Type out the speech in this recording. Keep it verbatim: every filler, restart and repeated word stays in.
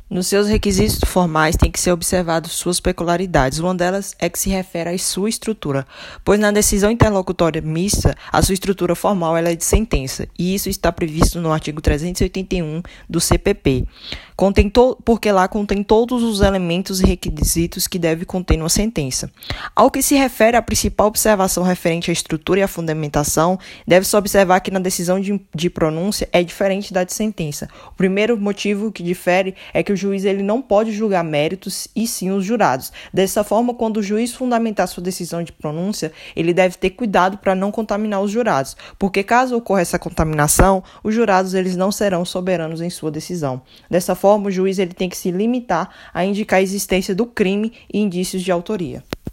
Nos seus requisitos formais tem que ser observado suas peculiaridades. Uma delas é que se refere à sua estrutura, pois na decisão interlocutória mista, a sua estrutura formal ela é de sentença, e isso está previsto no artigo trezentos e oitenta e um do C P P, contém to- porque lá contém todos os elementos e requisitos que deve conter uma sentença. Ao que se refere à principal observação referente à estrutura e à fundamentação, deve-se observar que na decisão de, de pronúncia é diferente da de sentença. O primeiro motivo que difere é que o juiz ele não pode julgar méritos e sim os jurados. Dessa forma, quando o juiz fundamentar sua decisão de pronúncia, ele deve ter cuidado para não contaminar os jurados, porque caso ocorra essa contaminação, os jurados eles não serão soberanos em sua decisão. Dessa forma, o juiz ele tem que se limitar a indicar a existência do crime e indícios de autoria.